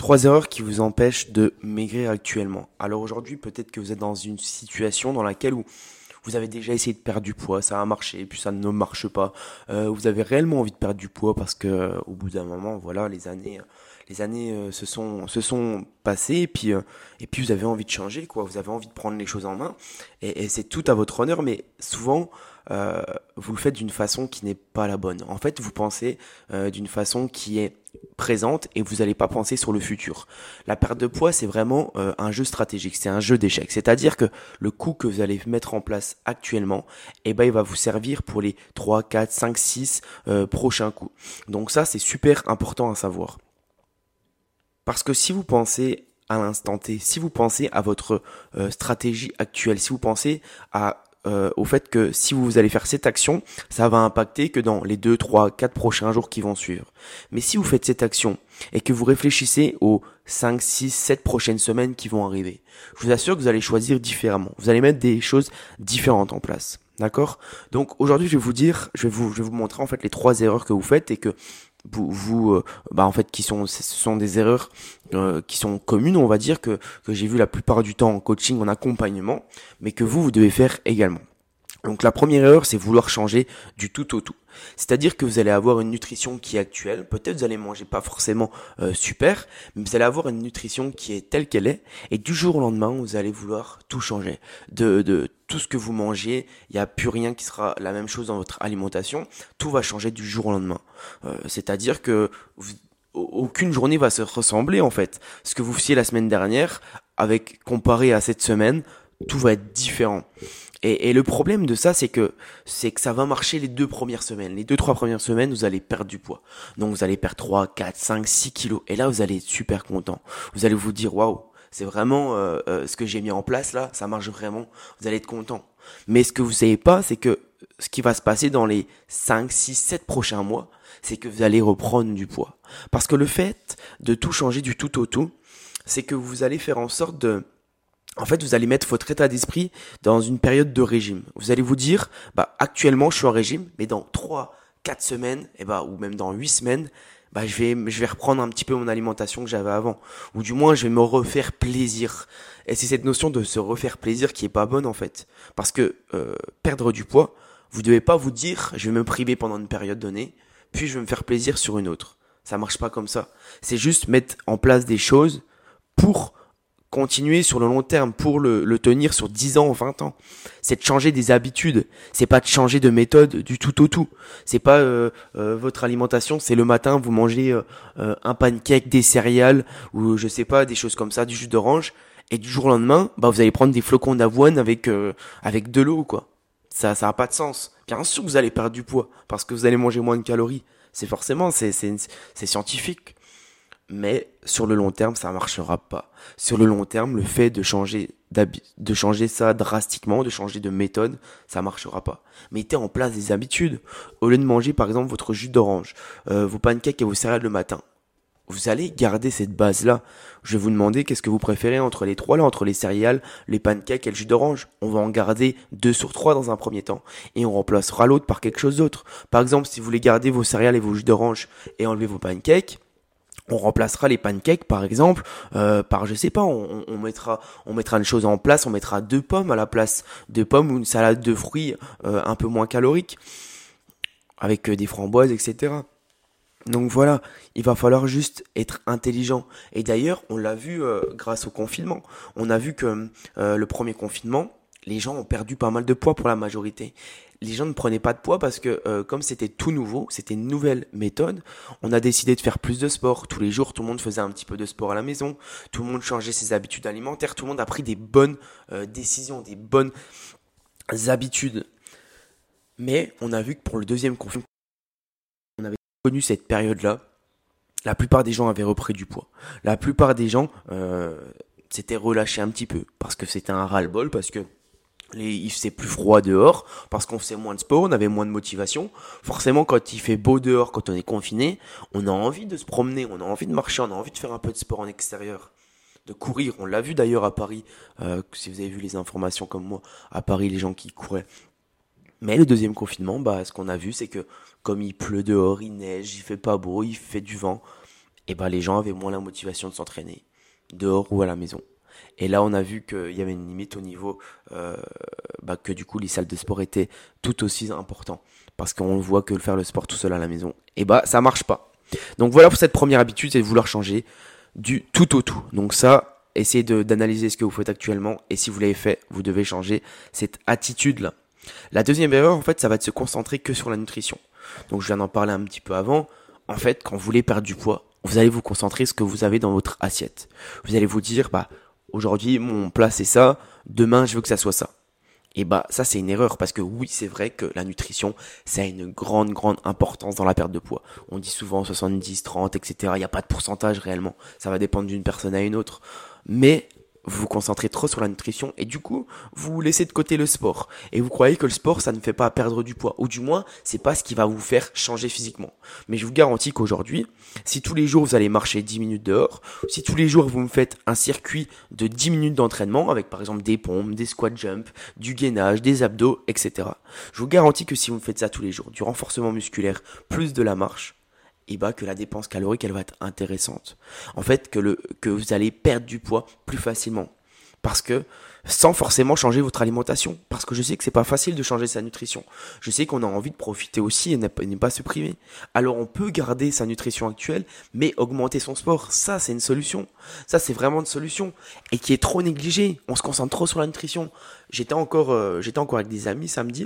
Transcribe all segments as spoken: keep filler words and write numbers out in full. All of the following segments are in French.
Trois erreurs qui vous empêchent de maigrir actuellement. Alors aujourd'hui, peut-être que vous êtes dans une situation dans laquelle où vous avez déjà essayé de perdre du poids, ça a marché, puis ça ne marche pas. Euh, vous avez réellement envie de perdre du poids parce que euh, au bout d'un moment, voilà, les années, euh, les années euh, se sont se sont passées et puis euh, et puis vous avez envie de changer, quoi. Vous avez envie de prendre les choses en main et, et c'est tout à votre honneur. Mais souvent, euh, vous le faites d'une façon qui n'est pas la bonne. En fait, vous pensez euh, d'une façon qui est présente et vous n'allez pas penser sur le futur. La perte de poids, c'est vraiment euh, un jeu stratégique, c'est un jeu d'échecs. C'est-à-dire que le coup que vous allez mettre en place actuellement, eh ben, il va vous servir pour les trois, quatre, cinq, six euh, prochains coups. Donc ça, c'est super important à savoir. Parce que si vous pensez à l'instant T, si vous pensez à votre euh, stratégie actuelle, si vous pensez à euh, au fait que si vous allez faire cette action, ça va impacter que dans les deux, trois, quatre prochains jours qui vont suivre. Mais si vous faites cette action et que vous réfléchissez aux cinq, six, sept prochaines semaines qui vont arriver, je vous assure que vous allez choisir différemment. Vous allez mettre des choses différentes en place. D'accord? Donc aujourd'hui, je vais vous dire, je vais vous, je vais vous montrer en fait les trois erreurs que vous faites et que vous, vous euh, bah en fait qui sont ce sont des erreurs euh, qui sont communes, on va dire, que que j'ai vu la plupart du temps en coaching, en accompagnement, mais que vous vous devez faire également. Donc la première erreur, c'est vouloir changer du tout au tout. C'est-à-dire que vous allez avoir une nutrition qui est actuelle, peut-être vous allez manger pas forcément euh, super, mais vous allez avoir une nutrition qui est telle qu'elle est, et du jour au lendemain, vous allez vouloir tout changer. De, de tout ce que vous mangez, il n'y a plus rien qui sera la même chose dans votre alimentation, tout va changer du jour au lendemain. Euh, c'est-à-dire que vous, aucune journée va se ressembler en fait. Ce que vous faisiez la semaine dernière, avec comparé à cette semaine, tout va être différent. Et, et le problème de ça, c'est que c'est que ça va marcher les deux premières semaines. Les deux, trois premières semaines, vous allez perdre du poids. Donc vous allez perdre trois, quatre, cinq, six kilos. Et là, vous allez être super content. Vous allez vous dire, waouh, c'est vraiment euh, euh, ce que j'ai mis en place là, ça marche vraiment. Vous allez être content. Mais ce que vous savez pas, c'est que ce qui va se passer dans les cinq, six, sept prochains mois, c'est que vous allez reprendre du poids. Parce que le fait de tout changer du tout au tout, c'est que vous allez faire en sorte de En fait, vous allez mettre votre état d'esprit dans une période de régime. Vous allez vous dire, bah, actuellement, je suis en régime, mais dans trois, quatre semaines, et bah, ou même dans huit semaines, bah, je vais, je vais reprendre un petit peu mon alimentation que j'avais avant. Ou du moins, je vais me refaire plaisir. Et c'est cette notion de se refaire plaisir qui est pas bonne, en fait. Parce que, euh, perdre du poids, vous devez pas vous dire, je vais me priver pendant une période donnée, puis je vais me faire plaisir sur une autre. Ça marche pas comme ça. C'est juste mettre en place des choses pour continuer sur le long terme, pour le, le tenir sur dix ans, vingt ans. C'est de changer des habitudes. C'est pas de changer de méthode du tout au tout. C'est pas euh, euh, votre alimentation, c'est le matin, vous mangez euh, euh, un pancake, des céréales, ou je sais pas, des choses comme ça, du jus d'orange, et du jour au lendemain, bah vous allez prendre des flocons d'avoine avec euh, avec de l'eau, quoi. Ça, ça a pas de sens. Bien sûr que vous allez perdre du poids, parce que vous allez manger moins de calories. C'est forcément, c'est c'est c'est scientifique. Mais sur le long terme, ça marchera pas. Sur le long terme, le fait de changer de changer ça drastiquement, de changer de méthode, ça marchera pas. Mettez en place des habitudes. Au lieu de manger par exemple votre jus d'orange, euh, vos pancakes et vos céréales le matin, vous allez garder cette base-là. Je vais vous demander qu'est-ce que vous préférez entre les trois là, entre les céréales, les pancakes et le jus d'orange. On va en garder deux sur trois dans un premier temps. Et on remplacera l'autre par quelque chose d'autre. Par exemple, si vous voulez garder vos céréales et vos jus d'orange et enlever vos pancakes, on remplacera les pancakes par exemple euh, par je sais pas on, on mettra on mettra une chose en place, on mettra deux pommes à la place, deux pommes ou une salade de fruits euh, un peu moins calorique avec euh, des framboises, etc. Donc voilà, il va falloir juste être intelligent. Et d'ailleurs, on l'a vu euh, grâce au confinement. On a vu que euh, le premier confinement, les gens ont perdu pas mal de poids pour la majorité. Les gens ne prenaient pas de poids parce que euh, comme c'était tout nouveau, c'était une nouvelle méthode, on a décidé de faire plus de sport. Tous les jours, tout le monde faisait un petit peu de sport à la maison, tout le monde changeait ses habitudes alimentaires, tout le monde a pris des bonnes euh, décisions, des bonnes habitudes. Mais on a vu que pour le deuxième confinement, on avait connu cette période-là, la plupart des gens avaient repris du poids. La plupart des gens euh, s'étaient relâchés un petit peu parce que c'était un ras-le-bol, parce que les, il faisait plus froid dehors, parce qu'on faisait moins de sport, on avait moins de motivation. Forcément, quand il fait beau dehors, quand on est confiné, on a envie de se promener, on a envie de marcher, on a envie de faire un peu de sport en extérieur, de courir. On l'a vu d'ailleurs à Paris, euh, si vous avez vu les informations comme moi, à Paris, les gens qui couraient. Mais le deuxième confinement, bah, ce qu'on a vu, c'est que comme il pleut dehors, il neige, il fait pas beau, il fait du vent, et ben les gens avaient moins la motivation de s'entraîner, dehors ou à la maison. Et là, on a vu qu'il y avait une limite au niveau euh, bah, que du coup les salles de sport étaient tout aussi importantes. Parce qu'on voit que faire le sport tout seul à la maison, et bah ça marche pas. Donc voilà pour cette première habitude, c'est de vouloir changer du tout au tout. Donc ça, essayez de, d'analyser ce que vous faites actuellement. Et si vous l'avez fait, vous devez changer cette attitude-là. La deuxième erreur, en fait, ça va être de se concentrer que sur la nutrition. Donc je viens d'en parler un petit peu avant. En fait, quand vous voulez perdre du poids, vous allez vous concentrer sur ce que vous avez dans votre assiette. Vous allez vous dire, bah, aujourd'hui, mon plat c'est ça, demain, je veux que ça soit ça. Et bah, ça c'est une erreur parce que oui, c'est vrai que la nutrition, ça a une grande, grande importance dans la perte de poids. On dit souvent soixante-dix, trente, et cetera. Il n'y a pas de pourcentage réellement. Ça va dépendre d'une personne à une autre. Mais vous vous concentrez trop sur la nutrition et du coup, vous laissez de côté le sport. Et vous croyez que le sport, ça ne fait pas perdre du poids. Ou du moins, c'est pas ce qui va vous faire changer physiquement. Mais je vous garantis qu'aujourd'hui, si tous les jours vous allez marcher dix minutes dehors, si tous les jours vous me faites un circuit de dix minutes d'entraînement avec par exemple des pompes, des squat jump, du gainage, des abdos, et cetera. Je vous garantis que si vous me faites ça tous les jours, du renforcement musculaire plus de la marche, et bah que la dépense calorique elle va être intéressante. En fait que le que vous allez perdre du poids plus facilement parce que sans forcément changer votre alimentation parce que je sais que c'est pas facile de changer sa nutrition. Je sais qu'on a envie de profiter aussi et ne pas, ne pas se priver. Alors on peut garder sa nutrition actuelle mais augmenter son sport, ça c'est une solution. Ça c'est vraiment une solution et qui est trop négligée. On se concentre trop sur la nutrition. J'étais encore euh, j'étais encore avec des amis samedi.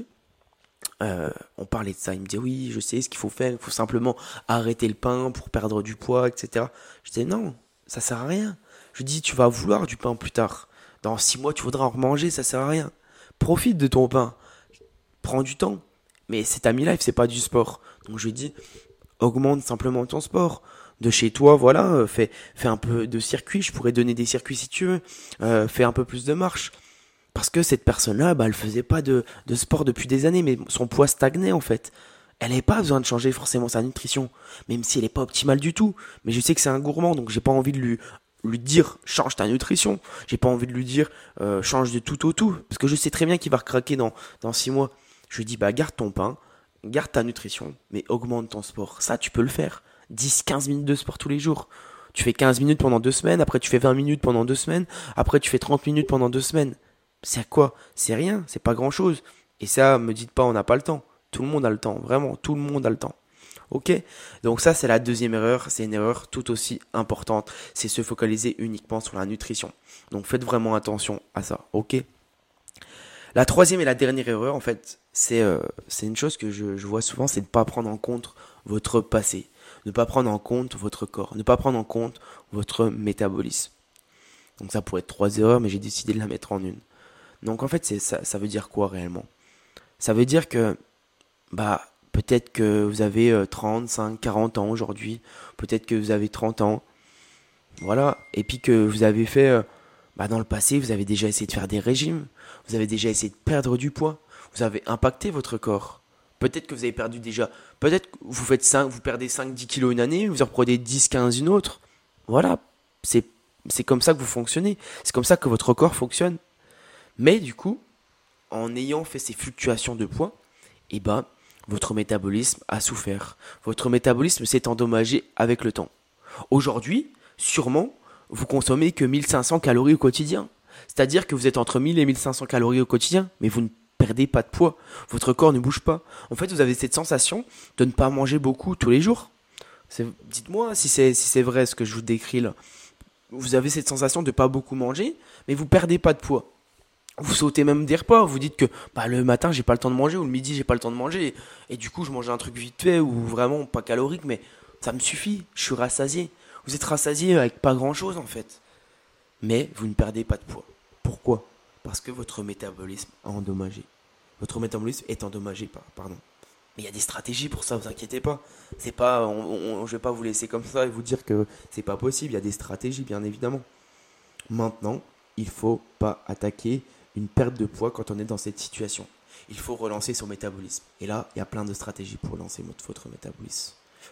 Euh, on parlait de ça, il me dit oui, je sais ce qu'il faut faire, il faut simplement arrêter le pain pour perdre du poids, et cetera. Je disais non, ça sert à rien. Je dis tu vas vouloir du pain plus tard. Dans six mois tu voudras en remanger, ça sert à rien. Profite de ton pain, prends du temps. Mais c'est ta mi-life, c'est pas du sport. Donc je lui dis augmente simplement ton sport. De chez toi, voilà, euh, fais, fais un peu de circuit, je pourrais donner des circuits si tu veux. Euh, fais un peu plus de marche. Parce que cette personne-là, bah, elle faisait pas de, de sport depuis des années, mais son poids stagnait en fait. Elle n'avait pas besoin de changer forcément sa nutrition, même si elle n'est pas optimale du tout. Mais je sais que c'est un gourmand, donc j'ai pas envie de lui, lui dire change ta nutrition. J'ai pas envie de lui dire euh, change de tout au tout, parce que je sais très bien qu'il va recraquer dans, dans six mois. Je lui dis bah garde ton pain, garde ta nutrition, mais augmente ton sport. Ça, tu peux le faire. dix quinze minutes de sport tous les jours. Tu fais quinze minutes pendant deux semaines, après tu fais vingt minutes pendant deux semaines, après tu fais trente minutes pendant deux semaines. C'est à quoi? C'est rien, c'est pas grand chose. Et ça, me dites pas on n'a pas le temps. Tout le monde a le temps, vraiment, tout le monde a le temps. Ok? Donc ça, c'est la deuxième erreur. C'est une erreur tout aussi importante. C'est se focaliser uniquement sur la nutrition. Donc faites vraiment attention à ça. Ok? La troisième et la dernière erreur, en fait, c'est euh, c'est une chose que je, je vois souvent, c'est de ne pas prendre en compte votre passé. Ne pas prendre en compte votre corps. Ne pas prendre en compte votre métabolisme. Donc ça pourrait être trois erreurs, mais j'ai décidé de la mettre en une. Donc en fait, c'est ça, ça veut dire quoi réellement? Ça veut dire que bah peut-être que vous avez euh, trente-cinq, quarante ans aujourd'hui, peut-être que vous avez trente ans, voilà, et puis que vous avez fait euh, bah dans le passé, vous avez déjà essayé de faire des régimes, vous avez déjà essayé de perdre du poids, vous avez impacté votre corps. Peut-être que vous avez perdu déjà, peut-être que vous faites cinq, vous perdez cinq, dix kilos une année, vous en reprenez dix, quinze une autre. Voilà, c'est c'est comme ça que vous fonctionnez, c'est comme ça que votre corps fonctionne. Mais du coup, en ayant fait ces fluctuations de poids, eh ben, votre métabolisme a souffert. Votre métabolisme s'est endommagé avec le temps. Aujourd'hui, sûrement, vous consommez que mille cinq cents calories au quotidien. C'est-à-dire que vous êtes entre mille et mille cinq cents calories au quotidien, mais vous ne perdez pas de poids. Votre corps ne bouge pas. En fait, vous avez cette sensation de ne pas manger beaucoup tous les jours. C'est- Dites-moi si c'est si c'est vrai ce que je vous décris là. Vous avez cette sensation de ne pas beaucoup manger, mais vous perdez pas de poids. Vous sautez même des repas, vous dites que bah, le matin j'ai pas le temps de manger ou le midi j'ai pas le temps de manger et, et du coup je mange un truc vite fait ou vraiment pas calorique mais ça me suffit, je suis rassasié. Vous êtes rassasié avec pas grand chose en fait. Mais vous ne perdez pas de poids. Pourquoi? Parce que votre métabolisme a endommagé. Votre métabolisme est endommagé, pardon. Mais il y a des stratégies pour ça, vous inquiétez pas. C'est pas, on, on, je vais pas vous laisser comme ça et vous dire que c'est pas possible. Il y a des stratégies, bien évidemment. Maintenant, il faut pas attaquer une perte de poids quand on est dans cette situation. Il faut relancer son métabolisme. Et là, il y a plein de stratégies pour relancer votre métabolisme.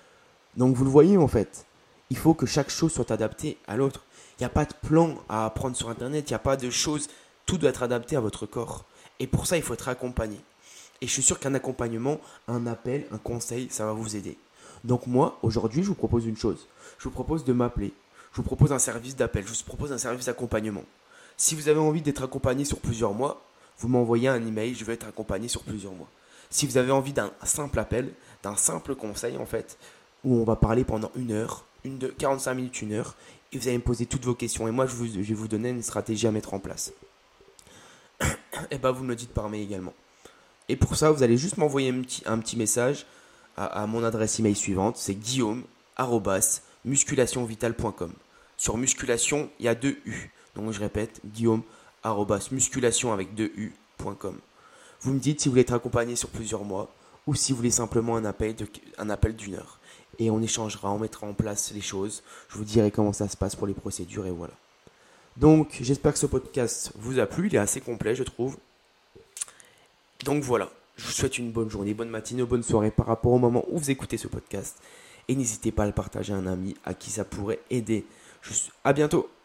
Donc vous le voyez en fait, il faut que chaque chose soit adaptée à l'autre. Il n'y a pas de plan à apprendre sur Internet, il n'y a pas de choses, tout doit être adapté à votre corps. Et pour ça, il faut être accompagné. Et je suis sûr qu'un accompagnement, un appel, un conseil, ça va vous aider. Donc moi, aujourd'hui, je vous propose une chose. Je vous propose de m'appeler. Je vous propose un service d'appel. Je vous propose un service d'accompagnement. Si vous avez envie d'être accompagné sur plusieurs mois, vous m'envoyez un email, je vais être accompagné sur plusieurs mois. Si vous avez envie d'un simple appel, d'un simple conseil en fait, où on va parler pendant une heure, une de quarante-cinq minutes, une heure, et vous allez me poser toutes vos questions. Et moi, je, vous, je vais vous donner une stratégie à mettre en place. Et bien, vous me le dites par mail également. Et pour ça, vous allez juste m'envoyer un petit, un petit message à, à mon adresse email suivante, c'est guillaume arobase musculation vitale point com. Sur musculation, il y a deux U. Donc je répète, guillaume arobase musculation avec deux U point com. Vous me dites si vous voulez être accompagné sur plusieurs mois ou si vous voulez simplement un appel, de, un appel d'une heure. Et on échangera, on mettra en place les choses. Je vous dirai comment ça se passe pour les procédures et voilà. Donc j'espère que ce podcast vous a plu, il est assez complet je trouve. Donc voilà, je vous souhaite une bonne journée, bonne matinée ou bonne soirée par rapport au moment où vous écoutez ce podcast. Et n'hésitez pas à le partager à un ami à qui ça pourrait aider. Je... À bientôt.